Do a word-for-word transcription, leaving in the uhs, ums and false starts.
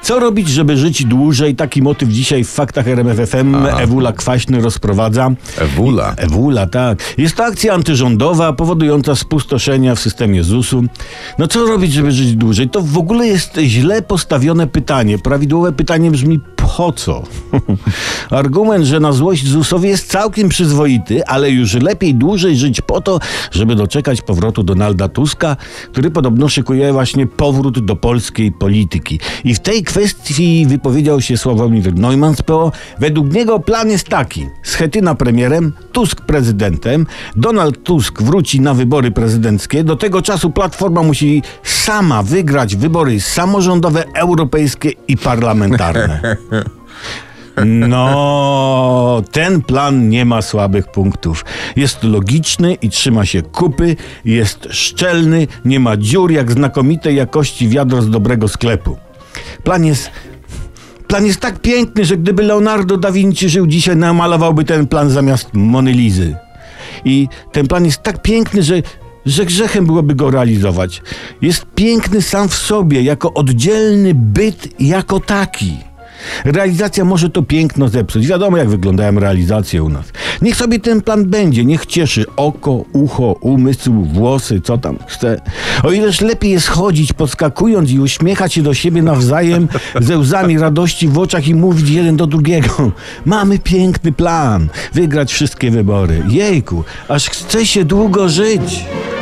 Co robić, żeby żyć dłużej? Taki motyw dzisiaj w Faktach R M F F M Ewula Kwaśny rozprowadza. Ewula. I, Ewula, tak. Jest to akcja antyrządowa powodująca spustoszenia w systemie zusu. No co robić, żeby żyć dłużej? To w ogóle jest źle postawione pytanie. Prawidłowe pytanie brzmi: po co? Argument, że na złość zusowi jest całkiem przyzwoity, ale już lepiej dłużej żyć po to, żeby doczekać powrotu Donalda Tuska, który podobno szykuje właśnie powrót do polskiej polityki. I w tej kwestii wypowiedział się Sławomir Neumann z P O. Według niego plan jest taki: Schetyna premierem, Tusk prezydentem, Donald Tusk wróci na wybory prezydenckie, do tego czasu Platforma musi sama wygrać wybory samorządowe, europejskie i parlamentarne. No, ten plan nie ma słabych punktów. Jest logiczny i trzyma się kupy, jest szczelny, nie ma dziur jak znakomitej jakości wiadro z dobrego sklepu. Plan jest... Plan jest tak piękny, że gdyby Leonardo da Vinci żył dzisiaj, namalowałby ten plan zamiast Mony Lizy. I ten plan jest tak piękny, że że grzechem byłoby go realizować. Jest piękny sam w sobie, jako oddzielny byt, jako taki. Realizacja może to piękno zepsuć. Wiadomo, jak wyglądają realizacje u nas. Niech sobie ten plan będzie, niech cieszy oko, ucho, umysł, włosy, co tam chce. O ileż lepiej jest chodzić, podskakując i uśmiechać się do siebie nawzajem ze łzami radości w oczach i mówić jeden do drugiego: mamy piękny plan, wygrać wszystkie wybory. Jejku, aż chce się długo żyć.